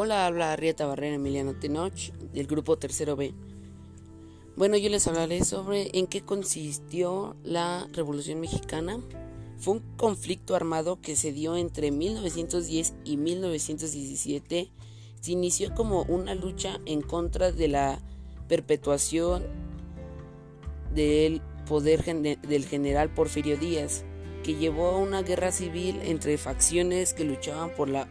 Hola, habla Arrieta Barrera Emiliano Tenoch del grupo Tercero B. Bueno, yo les hablaré sobre en qué consistió la Revolución Mexicana. Fue un conflicto armado que se dio entre 1910 y 1917. Se inició como una lucha en contra de la perpetuación del poder del general Porfirio Díaz, que llevó a una guerra civil entre facciones que luchaban por la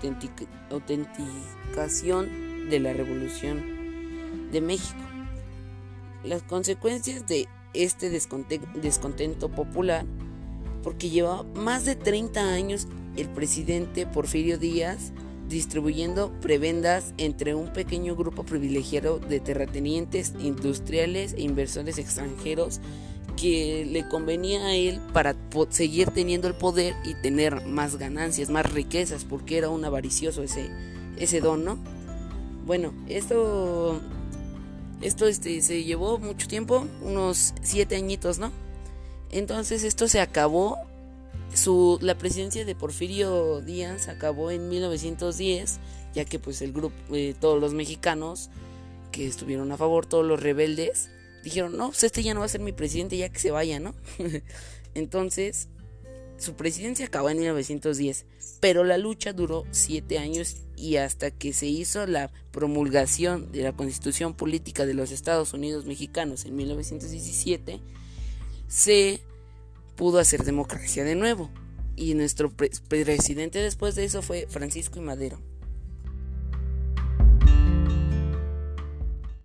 autenticación de la Revolución de México. Las consecuencias de este descontento popular, porque llevaba más de 30 años el presidente Porfirio Díaz distribuyendo prebendas entre un pequeño grupo privilegiado de terratenientes, industriales e inversores extranjeros que le convenía a él para seguir teniendo el poder y tener más ganancias, más riquezas, porque era un avaricioso ese don, ¿no? Bueno, esto se llevó mucho tiempo, unos 7 añitos, ¿no? Entonces esto se acabó. La presidencia de Porfirio Díaz acabó en 1910, ya que pues el grupo, todos los mexicanos que estuvieron a favor, todos los rebeldes, dijeron, no, pues este ya no va a ser mi presidente, ya que se vaya, ¿no? Entonces, su presidencia acabó en 1910, pero la lucha duró 7 años y hasta que se hizo la promulgación de la Constitución Política de los Estados Unidos Mexicanos en 1917, se pudo hacer democracia de nuevo. Y nuestro presidente después de eso fue Francisco I. Madero.